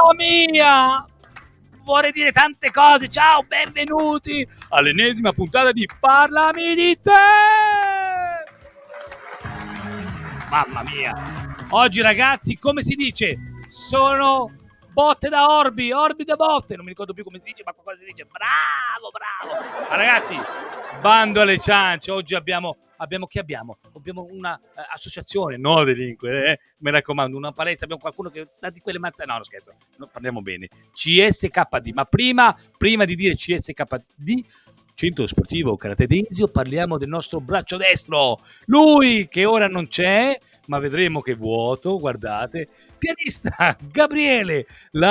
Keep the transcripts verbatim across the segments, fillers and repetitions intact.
mia! Vorrei dire tante cose. Ciao, benvenuti all'ennesima puntata di Parlami di te. Mamma mia. Oggi ragazzi, come si dice? Sono botte da Orbi, Orbi da botte. Non mi ricordo più come si dice, ma qualcosa si dice. Bravo, bravo. Ma ragazzi, bando alle ciance. Oggi abbiamo, abbiamo che abbiamo? Abbiamo una eh, associazione, no delinque, eh? Mi raccomando, una palestra. Abbiamo qualcuno che dà di quelle mazzate. No, no scherzo, no, parliamo bene. C S K D. Ma prima, prima di dire C S K D, Centro Sportivo Karate Desio, parliamo del nostro braccio destro. Lui che ora non c'è, ma vedremo che vuoto, guardate. Pianista Gabriele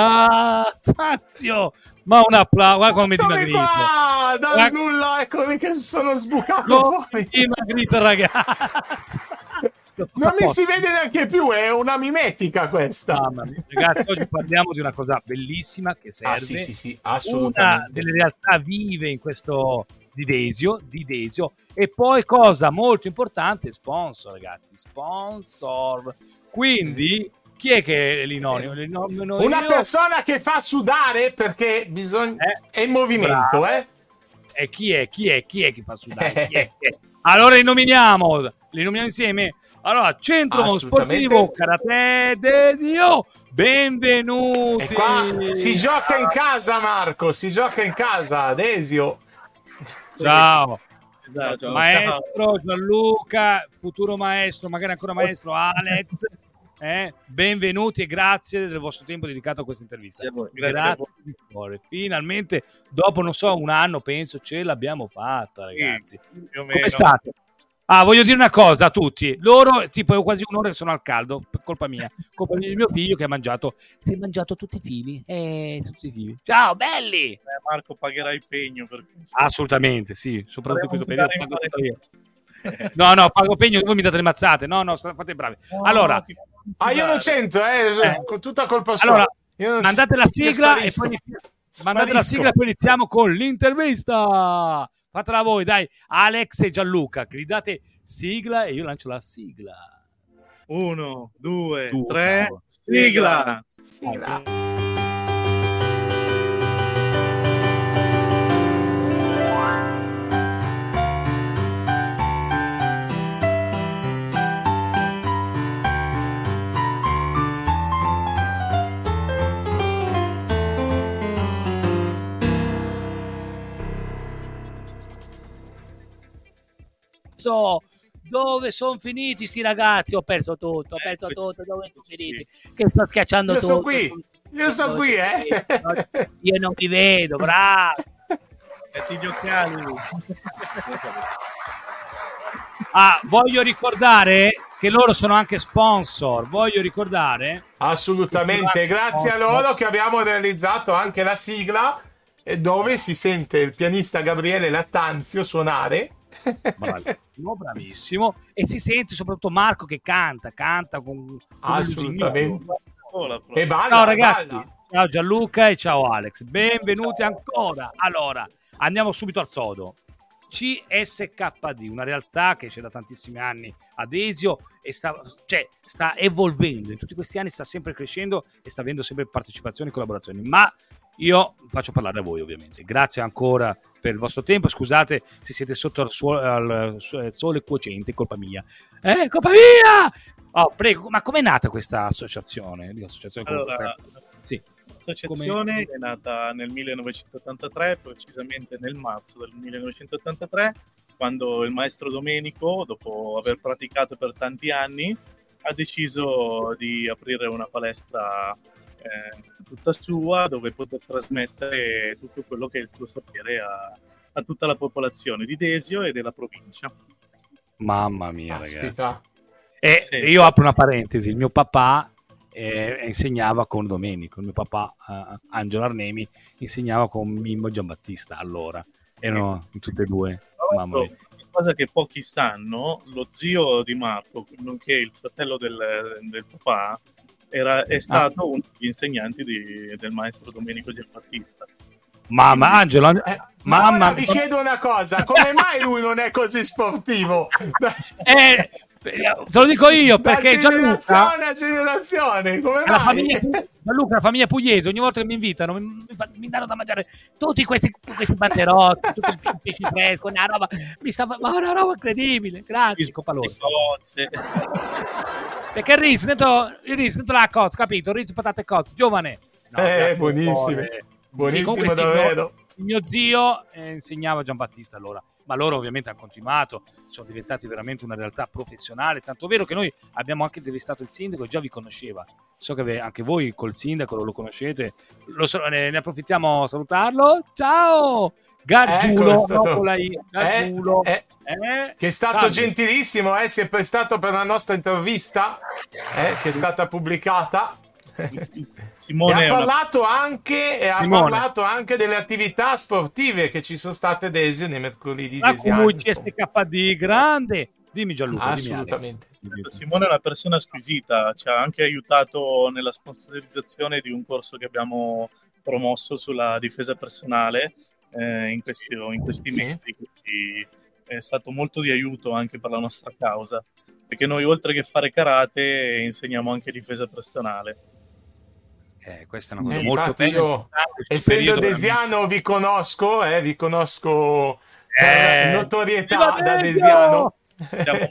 Lattanzio. Ma un applauso, guarda come è dimagrito. Qua, dal guarda... nulla, eccomi che sono sbucato. È dimagrito ragazzi. Non mi si vede neanche più, è una mimetica questa. Mamma mia. Ragazzi, oggi parliamo di una cosa bellissima che serve. Ah, sì, sì, sì, assolutamente. Una delle realtà vive in questo di Desio, di Desio. E poi cosa molto importante, sponsor, ragazzi, sponsor. Quindi chi è che li nomino? Li nomino una io? Persona che fa sudare perché bisogna eh, è in movimento, bravo. eh? E chi è? Chi è? Chi è che fa sudare? Chi è? Chi è? Allora li nominiamo, li nominiamo insieme. Allora, Centro Sportivo Karate Desio, benvenuti. E qua si gioca in casa, Marco, si gioca in casa, Desio. Ciao. Esatto. Maestro Gianluca, futuro maestro, magari ancora maestro Alex. Eh? Benvenuti e grazie del vostro tempo dedicato a questa intervista. Grazie, grazie di cuore. Finalmente, dopo non so, un anno penso ce l'abbiamo fatta, ragazzi. Sì, più o meno. Come state? Ah, voglio dire una cosa a tutti. Loro, tipo, quasi un'ora che sono al caldo, per colpa mia, colpa di mio figlio che ha mangiato. Si è mangiato tutti i fili. Eh, tutti i fili. Ciao, belli! Eh, Marco pagherà il pegno per questo. Assolutamente, sì. Soprattutto in questo periodo. Pago io. No, no, pago pegno, voi mi date le mazzate. No, no, fate bravi. Allora. Ah, io non c'entro, eh, eh. tutta colpa sua. Allora, mandate la sigla e poi iniziamo. Mandate la sigla e poi iniziamo con l'intervista. Fatela voi, dai. Alex e Gianluca, gridate sigla e io lancio la sigla. Uno, due, due tre, bravo. sigla. Sigla. Dove sono finiti sti ragazzi? Ho perso tutto, ho perso tutto. Dove sono finiti? Che sto schiacciando io tutto. Sono qui. Io sono qui, eh. Io non vi vedo, bravo. Metti gli occhiali. Ah, voglio ricordare che loro sono anche sponsor. Voglio ricordare. Assolutamente, grazie a loro che abbiamo realizzato anche la sigla dove si sente il pianista Gabriele Lattanzio suonare. Bravissimo, bravissimo, e si sente soprattutto Marco che canta, canta con, con assolutamente oh, e balla, ciao ragazzi, balla. Ciao Gianluca e ciao Alex, benvenuti ciao. Ancora. Allora, andiamo subito al sodo. C S K D, una realtà che c'è da tantissimi anni ad Desio e sta, cioè, sta evolvendo, in tutti questi anni sta sempre crescendo e sta avendo sempre partecipazioni e collaborazioni, ma io faccio parlare a voi ovviamente. Grazie ancora per il vostro tempo, scusate se siete sotto al, suo, al sole cuocente, colpa mia. Eh, colpa mia! Oh, prego, ma com'è nata questa associazione? L'associazione allora, questa... Sì. L'associazione Come... è nata nel millenovecentottantatré, precisamente nel marzo del millenovecentottantatré, quando il maestro Domenico, dopo aver praticato per tanti anni, ha deciso di aprire una palestra eh, tutta sua, dove poter trasmettere tutto quello che è il suo sapere a, a tutta la popolazione di Desio e della provincia. Mamma mia, Aspetta. ragazzi. E sì. Io apro una parentesi, il mio papà eh, insegnava con Domenico, il mio papà uh, Angelo Arnemi insegnava con Mimmo Giambattista, allora sì. Erano tutte e due. Mamma mia. Una cosa che pochi sanno, lo zio di Marco, nonché il fratello del, del papà, era, è stato ah. uno degli insegnanti di, del maestro Domenico Giambattista. Mamma, Angelo, Eh, ma mamma, ora vi chiedo una cosa, come mai lui non è così sportivo? eh, te lo dico io, Da perché Gianluca, generazione a generazione, come la mai? famiglia, Gianluca, la famiglia pugliese, ogni volta che mi invitano mi, mi, fa- mi danno da mangiare tutti questi, questi banderotti, tutto il, il pesce fresco, una roba, mi stava, ma una roba incredibile, grazie, Copalone. Cozze. Perché il riso, dentro, il riso dentro la cozza, capito? Il riso, patate e cozze, giovane. No, Eh, grazie, buonissime. cuore. Buonissimo, comunque sì, davvero. Il mio zio eh, insegnava Giambattista allora, ma loro ovviamente hanno continuato, sono diventati veramente una realtà professionale, tanto vero che noi abbiamo anche intervistato il sindaco e già vi conosceva. So che ve- anche voi col sindaco lo conoscete, lo so- ne, ne approfittiamo a salutarlo. Ciao! Gargiulo, Ecco, è stato- no, con la I, Gargiulo. Eh, eh, Eh, che è stato salve. gentilissimo, eh, si è prestato per la nostra intervista, eh, che è stata pubblicata. Simone e è ha una- parlato anche e ha Simone. parlato anche delle attività sportive che ci sono state Desio nei mercoledì La desiani, cui insomma. C S K D grande. Dimmi Gianluca, dimmi, Ale. Assolutamente. Simone è una persona squisita, ci ha anche aiutato nella sponsorizzazione di un corso che abbiamo promosso sulla difesa personale eh, in, questi, in questi Sì. mesi, quindi è stato molto di aiuto anche per la nostra causa, perché noi oltre che fare karate insegniamo anche difesa personale. Eh, questa è una cosa Eh, molto infatti bella. io, Questo essendo periodo desiano, vi conosco, eh, vi conosco per Eh, notorietà viva da Desio! desiano. Siamo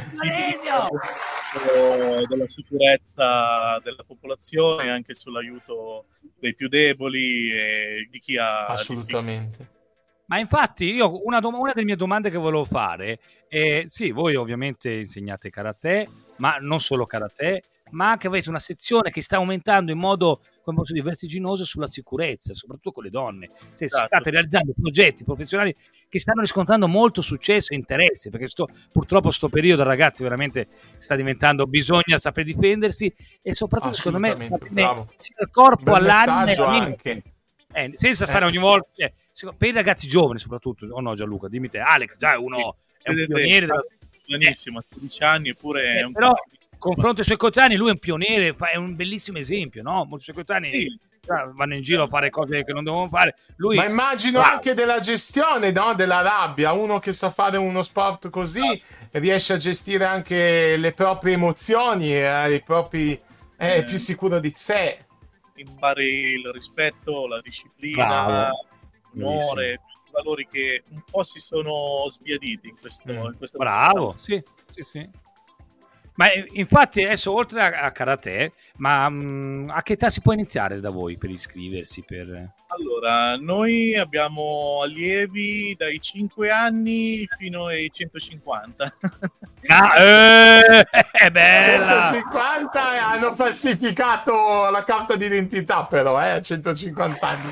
sensibili della sicurezza della popolazione e anche sull'aiuto dei più deboli e di chi ha Assolutamente. Ma infatti io una, dom- una delle mie domande che volevo fare è, sì, voi ovviamente insegnate karate, ma non solo karate, ma anche avete una sezione che sta aumentando in modo, come posso dire, vertiginoso sulla sicurezza, soprattutto con le donne. Se Esatto. state realizzando progetti professionali che stanno riscontrando molto successo e interesse, perché sto, purtroppo sto periodo, ragazzi, veramente sta diventando, bisogna saper difendersi e soprattutto, secondo me, Assolutamente, va bene bravo. sia il corpo Bel all'anima e messaggio alla mente. anche. Eh, senza stare Eh. ogni volta, cioè, secondo- per i ragazzi giovani soprattutto, o no Gianluca, dimmi te, Alex già è uno, è un Vedete, pioniere della- Benissimo, a sedici anni eppure eh, è un però confronto ai suoi coetanei lui è un pioniere, fa- è un bellissimo esempio, no? Molti suoi coetanei Sì. già vanno in giro a fare cose che non devono fare, lui Ma immagino bravo. anche della gestione, no? Della rabbia. Uno che sa fare uno sport così riesce a gestire anche le proprie emozioni, eh, i propri... è Eh. più sicuro di sé. impari il rispetto, la disciplina, Bravo. l'onore, tutti valori che un po' si sono sbiaditi in questo, Mm. in questa Bravo, sì, sì, sì. Ma eh, infatti adesso oltre a, a karate, ma mh, a che età si può iniziare da voi per iscriversi? Per... Allora, noi abbiamo allievi dai cinque anni fino ai centocinquanta. Ah, eh, è bella! centocinquanta e hanno falsificato la carta d'identità però, eh, a centocinquanta anni.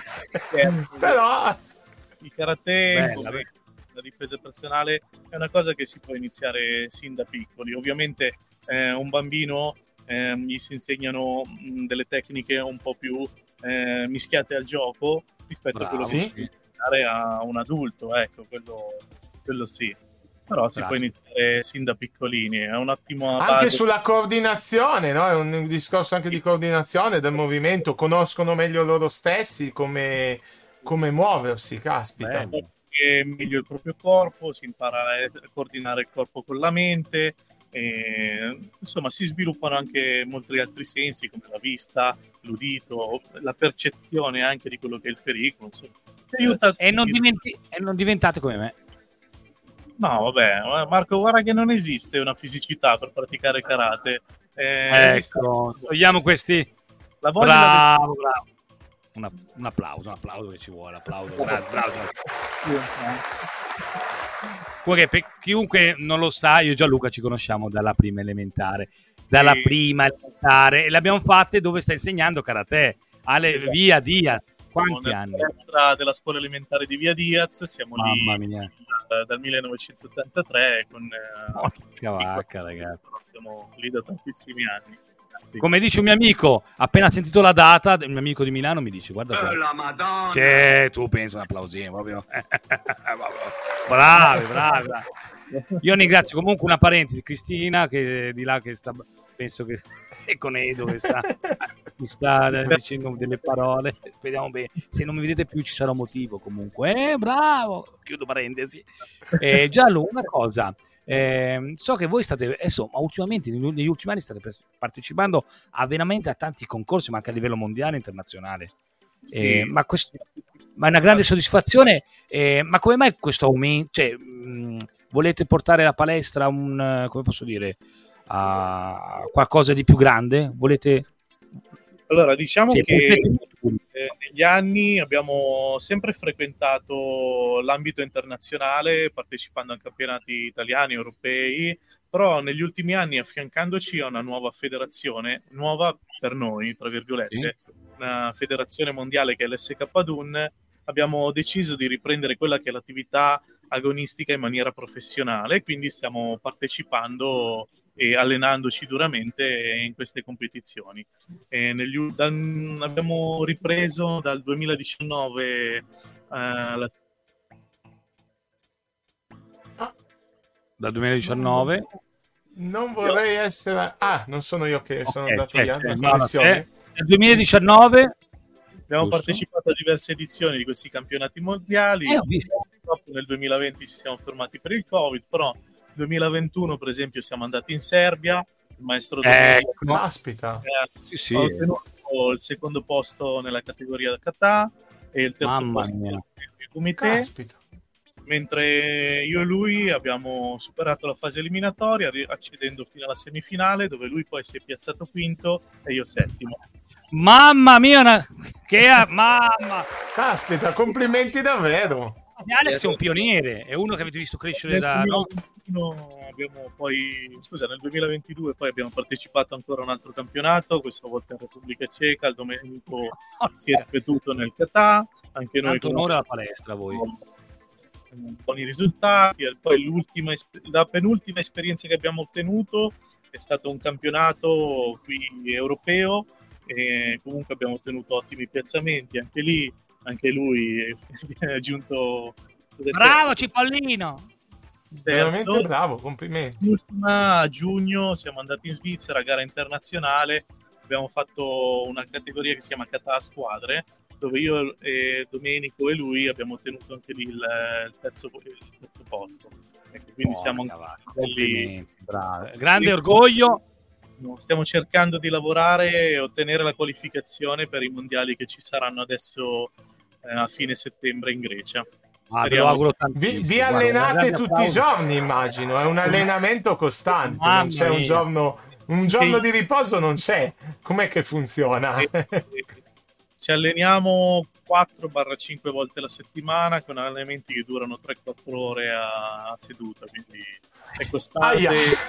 Però... Il karate, Bella, come bella. la difesa personale, è una cosa che si può iniziare sin da piccoli. Ovviamente eh, un bambino eh, gli si insegnano mh, delle tecniche un po' più eh, mischiate al gioco rispetto Bravo, a quello sì. che si può insegnare a un adulto, ecco, quello, quello sì. Però si Grazie. può iniziare sin da piccolini, è un attimo Anche sulla coordinazione, no? È un discorso anche di coordinazione del movimento, conoscono meglio loro stessi come, come muoversi, caspita. Bello. meglio il proprio corpo, si impara a coordinare il corpo con la mente, e, insomma si sviluppano anche molti altri sensi come la vista, l'udito, la percezione anche di quello che è il pericolo. Insomma. Ti aiuta E non, diventi- e non diventate come me. No, vabbè, Marco, guarda che non esiste una fisicità per praticare karate. Eh, esiste- Ecco, togliamo questi. La voglia la- Bravo, bravo. Una- un applauso, un applauso che ci vuole, applauso. Bravo, bravo. Comunque, per chiunque non lo sa, io e Gianluca ci conosciamo dalla prima elementare. Dalla Sì. prima elementare. E le abbiamo fatte dove sta insegnando karate. Ale, Esatto. via Diaz. Quanti nella anni? palestra della scuola elementare di Via Diaz, siamo Mamma lì mia. dal, dal millenovecentottantatré con eh, Porca vacca, ragazzi. siamo lì da tantissimi anni. Sì. Come dice un mio amico, appena sentito la data, il mio amico di Milano mi dice: guarda qua. la Madonna! Cioè, tu pensi un applausino proprio. bravi, bravi, bravi. Io ringrazio comunque una parentesi, Cristina, che di là che sta, penso che è con Edo, che sta, mi sta dicendo delle parole. Speriamo bene. Se non mi vedete più ci sarà un motivo comunque. Eh, bravo! Chiudo parentesi. Eh, Giallo, una cosa. Eh, so che voi state, insomma, ultimamente, negli ultimi anni state partecipando a veramente a tanti concorsi, ma anche a livello mondiale e internazionale. Sì. Eh, ma, questo, ma è una grande soddisfazione. Eh, ma come mai questo aumento? Cioè, mh, volete portare la palestra a un, come posso dire, a qualcosa di più grande? Volete? Allora, diciamo Sì, che eh, negli anni abbiamo sempre frequentato l'ambito internazionale, partecipando a campionati italiani, europei, però negli ultimi anni, affiancandoci a una nuova federazione, nuova per noi, tra virgolette, sì. Una federazione mondiale che è l'S K D U N, abbiamo deciso di riprendere quella che è l'attività agonistica in maniera professionale, quindi stiamo partecipando e allenandoci duramente in queste competizioni. E negli, da, abbiamo ripreso dal duemiladiciannove eh, la... dal duemiladiciannove non vorrei essere ah non sono io che sono okay, andato c'è, via c'è, la no, connessione. No, nel duemiladiciannove abbiamo giusto. partecipato a diverse edizioni di questi campionati mondiali. Eh, ho visto. Nel duemilaventi ci siamo fermati per il Covid, però nel duemilaventuno per esempio siamo andati in Serbia, il maestro ecco. Domenico caspita eh, sì, sì. ha ottenuto il secondo posto nella categoria kata e il terzo Mamma posto mia. nel comité, caspita. mentre io e lui abbiamo superato la fase eliminatoria accedendo fino alla semifinale, dove lui poi si è piazzato quinto e io settimo. Mamma mia, una... che ha... mamma caspita, complimenti davvero. Alex è un pioniere, è uno che avete visto crescere da no? Abbiamo poi scusa nel duemilaventidue poi abbiamo partecipato ancora a un altro campionato, questa volta in Repubblica Ceca. Il Domenico oh, si è ripetuto nel kata, anche noi tanto onore alla palestra voi, buoni risultati. E poi l'ultima la penultima esperienza che abbiamo ottenuto è stato un campionato qui europeo e comunque abbiamo ottenuto ottimi piazzamenti anche lì. Anche lui è giunto. Bravo Cipollino! Veramente bravo, complimenti. L'ultima a giugno siamo andati in Svizzera, gara internazionale. Abbiamo fatto una categoria che si chiama Kata a squadre, dove io e Domenico e lui abbiamo ottenuto anche lì il, il, terzo, il terzo posto. Ecco, quindi oh, siamo lì. Grande orgoglio. Stiamo cercando di lavorare e ottenere la qualificazione per i mondiali che ci saranno adesso eh, a fine settembre in Grecia. Ah, ve lo auguro vi, vi allenate Guarda, tutti i giorni, immagino, è un allenamento costante, Mamma non c'è mia. un giorno, un giorno di riposo, non c'è. Com'è che funziona? Ci alleniamo quattro cinque volte la settimana con allenamenti che durano tre quattro ore a, a seduta, quindi è costante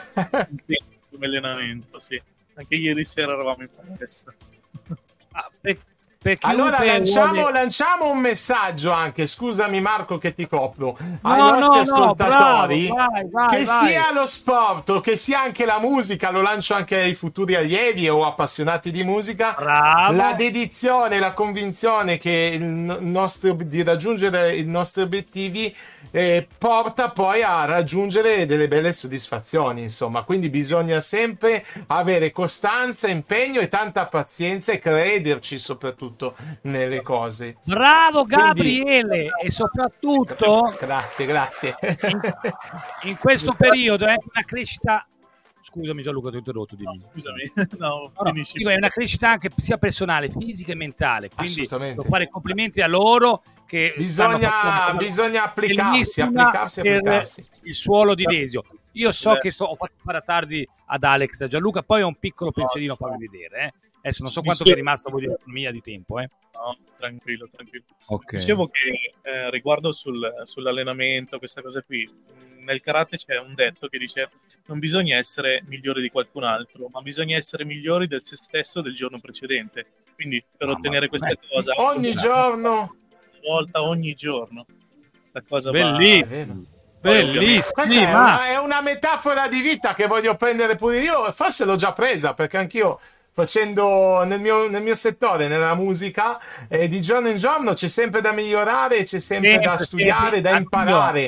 come allenamento, sì. Anche ieri sera eravamo in palestra. Ah, per, per allora lanciamo, vuole... lanciamo un messaggio anche, scusami Marco che ti copro, no, ai nostri no, ascoltatori, no, vai, vai, che vai. sia lo sport o che sia anche la musica, lo lancio anche ai futuri allievi o appassionati di musica. Bravo. La dedizione, la convinzione che il nostro, di raggiungere i nostri obiettivi eh, porta poi a raggiungere delle belle soddisfazioni, insomma, quindi bisogna sempre avere costanza, impegno e tanta pazienza e crederci soprattutto nelle cose. Bravo Gabriele. Quindi... e soprattutto grazie grazie in, in questo periodo è una crescita, scusami Gianluca ti ho interrotto, dimmi. No, scusami no, no, no, dico, è una crescita anche sia personale, fisica e mentale, quindi devo fare complimenti a loro che bisogna, bisogna applicarsi applicarsi, applicarsi. Il suolo di Desio. Io so Beh. che sto, ho fatto fare a tardi ad Alex e Gianluca, poi ho un piccolo pensierino a farvi vedere, eh. Adesso non so quanto sia rimasto voi di autonomia di tempo, eh. No, tranquillo, tranquillo. Okay. Dicevo che eh, riguardo sul, sull'allenamento, questa cosa qui, nel karate c'è un detto che dice non bisogna essere migliori di qualcun altro, ma bisogna essere migliori del se stesso del giorno precedente. Quindi per ah, ottenere questa beh, cosa ogni giorno, una volta ogni giorno, la cosa bellissima. va... Bellissima. Questa è una, è una metafora di vita che voglio prendere pure io, forse l'ho già presa perché anch'io facendo nel mio, nel mio settore, nella musica, eh, di giorno in giorno c'è sempre da migliorare, c'è sempre sì, da studiare, da imparare.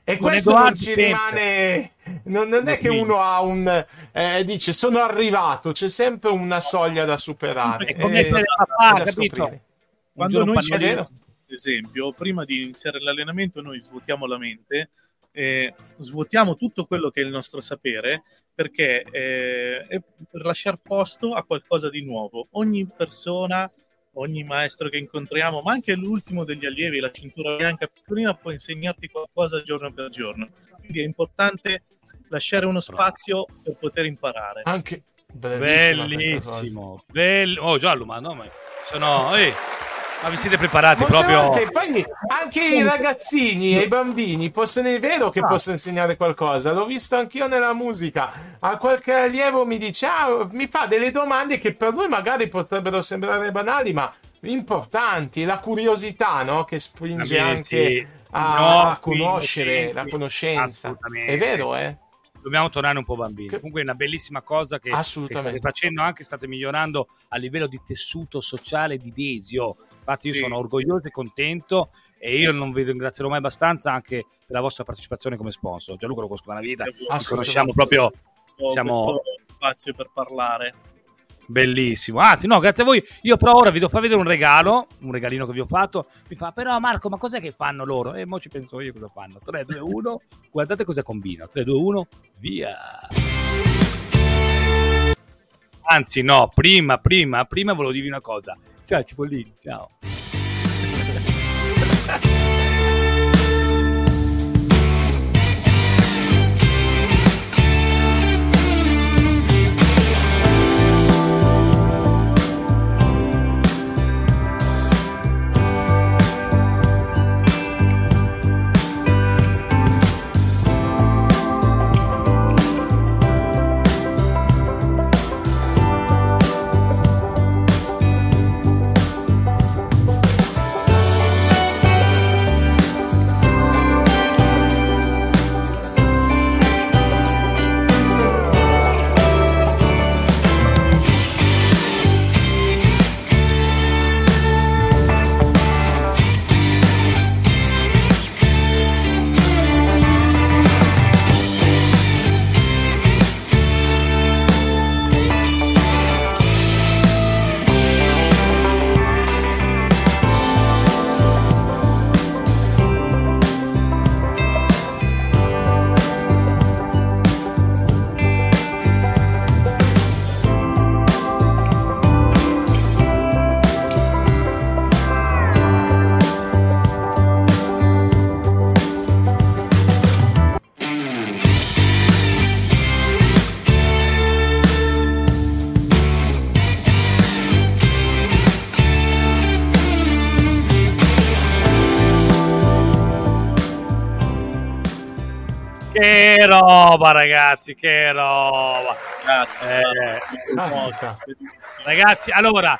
E Con questo Edoardo non ci sempre. rimane, non, non è che uno ha un eh, dice sono arrivato, c'è sempre una soglia da superare. È come e- essere e papà, da capito? scoprire. Un Quando giorno noi un ci È pannolino. vero. ad esempio, prima di iniziare l'allenamento, noi svuotiamo la mente, eh, svuotiamo tutto quello che è il nostro sapere, perché eh, è per lasciare posto a qualcosa di nuovo. Ogni persona, ogni maestro che incontriamo, ma anche l'ultimo degli allievi, la cintura bianca piccolina, può insegnarti qualcosa giorno per giorno. Quindi è importante lasciare uno spazio per poter imparare. Anche bellissima questa cosa. Bellissimo. Bello. Oh, Giallo, ma no, ma sono... ehi, ma vi siete preparati Molte proprio... volte, poi anche i ragazzini e i bambini possono, è vero che Ah. possono insegnare qualcosa, l'ho visto anch'io nella musica. A qualche allievo mi dice, ah, mi fa delle domande che per lui magari potrebbero sembrare banali, ma importanti. La curiosità, no? Che spinge Ah, beh, anche sì. a, No, a conoscere innocenti. la conoscenza. Assolutamente. È vero, eh? Dobbiamo tornare un po' bambini. Che- Comunque è una bellissima cosa che, che Assolutamente. state facendo, anche state migliorando a livello di tessuto sociale di Desio. Infatti io Sì. sono orgoglioso e contento, e io non vi ringrazierò mai abbastanza anche per la vostra partecipazione come sponsor. Gianluca lo conosco da una vita, Sì, ci conosciamo proprio, Ho siamo questo spazio per parlare. bellissimo. Anzi no, grazie a voi. Io però ora vi devo far vedere un regalo, un regalino che vi ho fatto. Mi fa, però Marco, ma cos'è che fanno loro? E mo ci penso io cosa fanno. tre, due, uno, guardate cosa combina. tre, due, uno, via. Anzi no, prima, prima, prima volevo dirvi una cosa. Ciao Cipollini, ciao. Che roba, ragazzi, che roba. Grazie. Eh, Aspetta. Ragazzi, allora,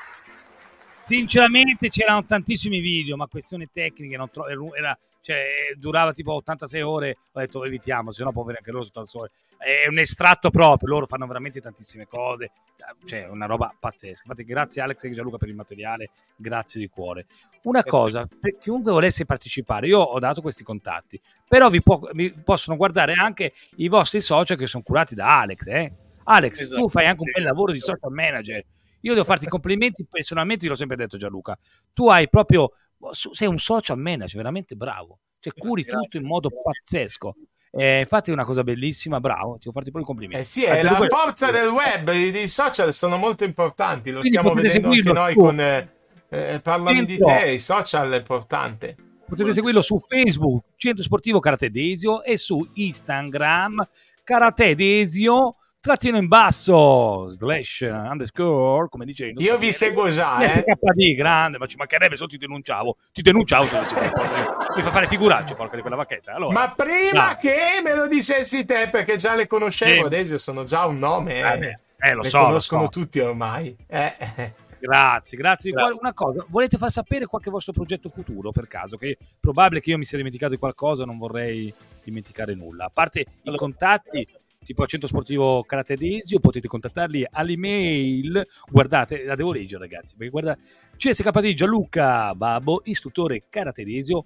sinceramente c'erano tantissimi video, ma questioni tecniche, non tro- era, cioè, durava tipo ottantasei ore, ho detto evitiamo, se no può venire anche loro ottantasei ore. È un estratto proprio, loro fanno veramente tantissime cose, cioè una roba pazzesca. Infatti grazie Alex e Gianluca per il materiale, grazie di cuore. Una cosa, per chiunque volesse partecipare, io ho dato questi contatti, però vi, può, vi possono guardare anche i vostri social che sono curati da Alex, eh? Alex, Esatto. tu fai anche un bel lavoro di social manager. Io devo farti i complimenti personalmente, io l'ho sempre detto Gianluca. Tu hai proprio, sei un social manager veramente bravo. Cioè curi Grazie. tutto in modo pazzesco. Eh, infatti è una cosa bellissima, bravo, ti devo farti pure i complimenti. Eh sì, è Ah, la poi- forza del web, i, i social sono molto importanti, lo Quindi stiamo potete vedendo anche seguirlo noi su- con eh, eh, parlami di Dentro. te, i social è importante. Potete seguirlo su Facebook, Centro Sportivo Karate Desio, e su Instagram, Karate Desio, trattino in basso, slash, underscore, come dice il nostro Io vi amico. seguo già, eh. S K D, grande, ma ci mancherebbe, se no ti denunciavo. Ti denunciavo se avessi qualcosa. Mi fa fare figuracci, porca di quella vacchetta. Allora, Ma prima dai. che me lo dicessi te, perché già le conoscevo, Sì. adesso sono già un nome, eh. Eh, beh, eh, lo le so, lo conoscono so. tutti ormai. Eh, eh. Grazie, grazie. di Grazie. cuore. Una cosa, volete far sapere qualche vostro progetto futuro per caso? Che è probabile che io mi sia dimenticato di qualcosa, non vorrei dimenticare nulla. A parte i Allora- contatti, tipo al Centro Sportivo Karate Desio, potete contattarli all'email. Guardate, la devo leggere, ragazzi, perché guarda, C S K D Gianluca Babbo, istruttore Karate Desio,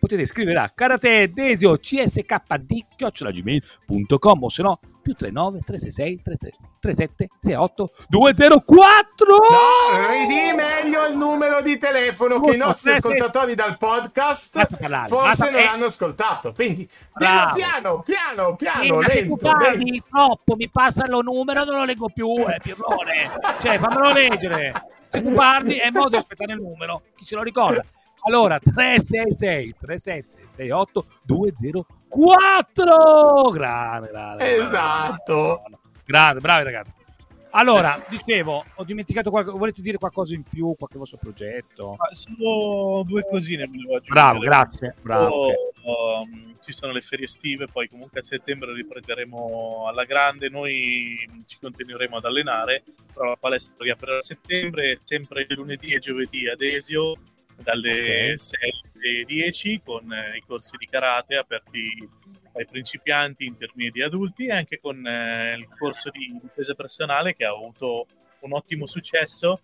potete scrivere a Karate Desio C S K D chiocciola gmail punto com o se no più tre nove tre sei sei tre sette sei otto due zero quattro. No, ridi meglio il numero di telefono che i nostri Molto, ascoltatori dal podcast Basta parlare, forse basta- non eh. hanno ascoltato. Quindi Bravo. piano, piano, piano, Sì, ma se tu lento, lento. parli troppo, mi passa lo numero, non lo leggo più, eh, pirrone. Cioè, fammelo leggere. Se tu parli, è modo di aspettare il numero. Chi se lo ricorda? Allora, tre sei sei tre sette sei otto due zero quattro. Grande, grande. Esatto. Grande, bravi ragazzi. Allora, dicevo, ho dimenticato qualcosa. Volete dire qualcosa in più, qualche vostro progetto? Ma solo due cosine volevo aggiungere. Bravo, grazie. Bravo. O- ok. um, ci sono le ferie estive, poi comunque a settembre riprenderemo alla grande. Noi ci continueremo ad allenare, però la palestra riaprirà a settembre, sempre lunedì e giovedì ad Esio, dalle Ok. sei alle dieci, con eh, i corsi di karate aperti ai principianti, intermedi e adulti, e anche con eh, il corso di difesa personale che ha avuto un ottimo successo,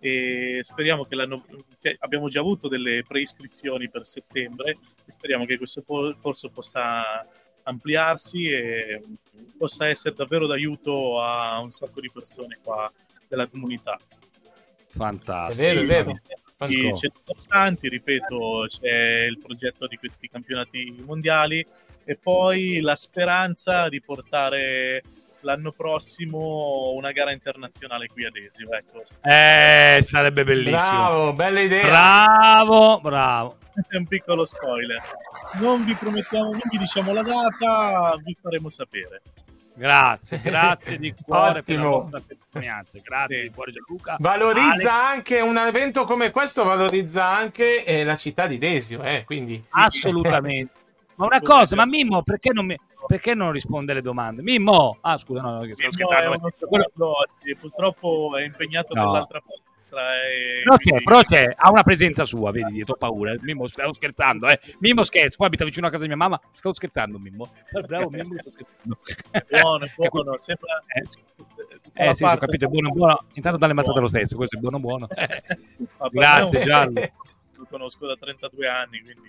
e speriamo che l'anno che abbiamo già avuto delle preiscrizioni per settembre e speriamo che questo po- corso possa ampliarsi e possa essere davvero d'aiuto a un sacco di persone qua della comunità. Fantastico. È vero, è vero. Sì, Fantastico. ce ne sono tanti, ripeto, c'è il progetto di questi campionati mondiali e poi la speranza di portare l'anno prossimo una gara internazionale qui ad Esio. Ecco, Eh, sarebbe bellissimo. Bravo, bella idea. Bravo, bravo. è un piccolo spoiler. Non vi promettiamo, non vi diciamo la data, vi faremo sapere. Grazie, grazie di cuore per la Ottimo. vostra testimonianza. Grazie Sì. di cuore Gianluca. Valorizza Alex, anche un evento come questo, valorizza anche eh, la città di Desio, eh, quindi assolutamente. Ma una cosa, ma Mimmo, perché non, mi, perché non risponde alle domande? Mimmo! Ah, scusa, no, no, che sto No, è scherzando. uno Quello- secondo oggi, purtroppo è impegnato No. nell'altra palestra. E Però c'è, quindi- però c'è, ha una presenza sua, vedi, dietro ho paura. eh. Mimmo, stavo scherzando, eh. Mimmo scherza, poi abita vicino a casa di mia mamma, sto scherzando, Mimmo. Bravo, Mimmo, sto scherzando. È buono, è buono, sembra... Eh, fa Eh sì, ho parte- capito, è buono, buono. Intanto dalle mazzate lo stesso, questo è buono, buono. Eh, Ma per Grazie, me è un- Gianlu. Lo conosco da trentadue anni, quindi...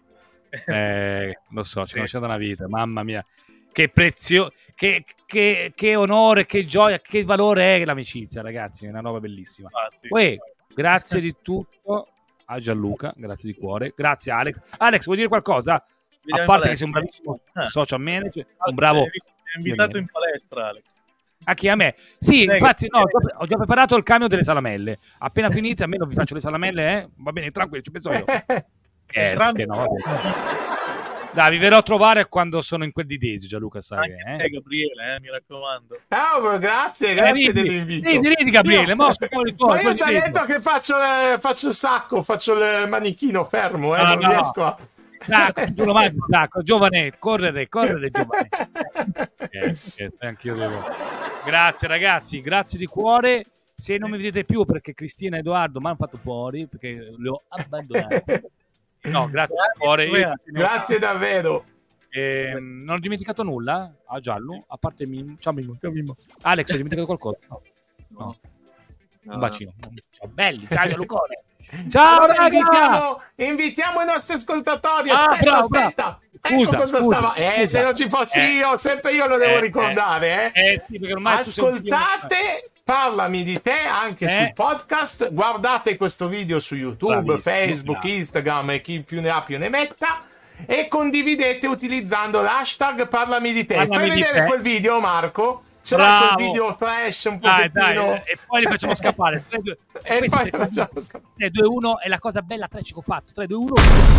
Eh, lo so, ci Sì. conosciamo da una vita, mamma mia. Che prezioso, che, che, che onore, che gioia, che valore è l'amicizia, ragazzi, è una roba bellissima. Infatti. Uè, grazie di tutto a Gianluca, grazie di cuore, grazie Alex. Alex, vuoi dire qualcosa? A Vediamo parte in che sei un palestra. bravissimo Ah. social manager, un Alex, bravo... È invitato in palestra, Alex. A chi? A me? Sì, Prego. infatti no, ho già- ho già preparato il camion delle salamelle. Appena finite, almeno vi faccio le salamelle, eh? Va bene, tranquillo, ci penso io. Scherzi, no, vabbè. Dai, vi verrò a trovare quando sono in quel di Desio, Gianluca, sai Anche che, eh? te, Gabriele, eh, mi raccomando. Ah, grazie, Eh, grazie ridi, dell'invito. ridi, ridi, Gabriele, Io- mo, sto cavolo di tuoi, Ma io ho poi già ci vedo. detto che faccio, eh, faccio il sacco, faccio il manichino fermo, eh, No, non no. riesco a... Sacco, tu lo mandi, sacco, giovane, correre, correre, giovane. Scherzo, scherzo, anch'io devo. Grazie ragazzi, grazie di cuore. Se non mi vedete più perché Cristina e Edoardo mi hanno fatto fuori, perché li ho abbandonati. No, grazie di cuore. Io- Grazie davvero. Ehm, non ho dimenticato nulla a Giallo, a parte Mimmo. Ciao Mimmo, ciao Mimmo. Alex, hai dimenticato qualcosa? No. No. Un bacino. Ciao belli, ciao Gianlucone. Ciao Allora raga! invitiamo, invitiamo i nostri ascoltatori. Ah, Aspetta, bravo, aspetta. bravo. Scusa, ecco cosa scusa, stava. Eh, scusa. se non ci fossi Eh. io, sempre io lo devo Eh, ricordare. Eh. Eh sì, perché ormai tu sei un Ascoltate, parlami di te anche Eh. sul podcast. Guardate questo video su YouTube, Bravissimo, Facebook, bravo. Instagram e chi più ne ha più ne metta. E condividete utilizzando l'hashtag parlami di te. Parlami Fai di vedere te. quel video, Marco. Ce l'hai Bravo. quel video trash un Dai, pochettino. dai, e poi li facciamo scappare. tre, due, E questi poi tre, facciamo scappare. tre, due, uno è la cosa bella trash che ho fatto. tre, due, uno.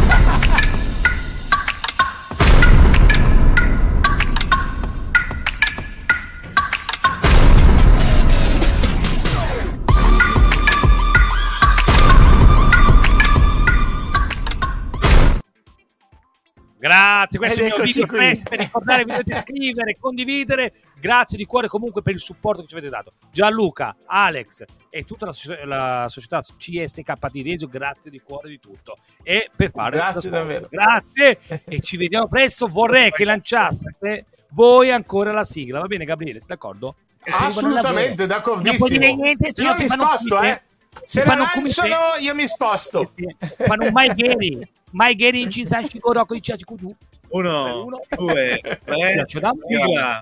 Grazie, questo Ed è il mio eccoci video qui. trash, per ricordare che dovete scrivere, condividere. Grazie di cuore comunque per il supporto che ci avete dato. Gianluca, Alex e tutta la, soci- la società C S K D Desio, grazie di cuore di tutto. E per fare Grazie questo sport. davvero. Grazie e ci vediamo presto. Vorrei che lanciaste voi ancora la sigla, va bene Gabriele, sei d'accordo? Che ci arrivano al Assolutamente, lavoro. Non puoi dire d'accordissimo. niente, se no Io ti mi fanno sposto, finire. eh. Se la fanno come lanciano, te. io mi sposto. Sì, sì. Fanno un Mai Geri. Mai Geri in Cisanci Corocco di Ciaci Cudu. Uno, Uno. due, tre, Ce l'ha- sigla.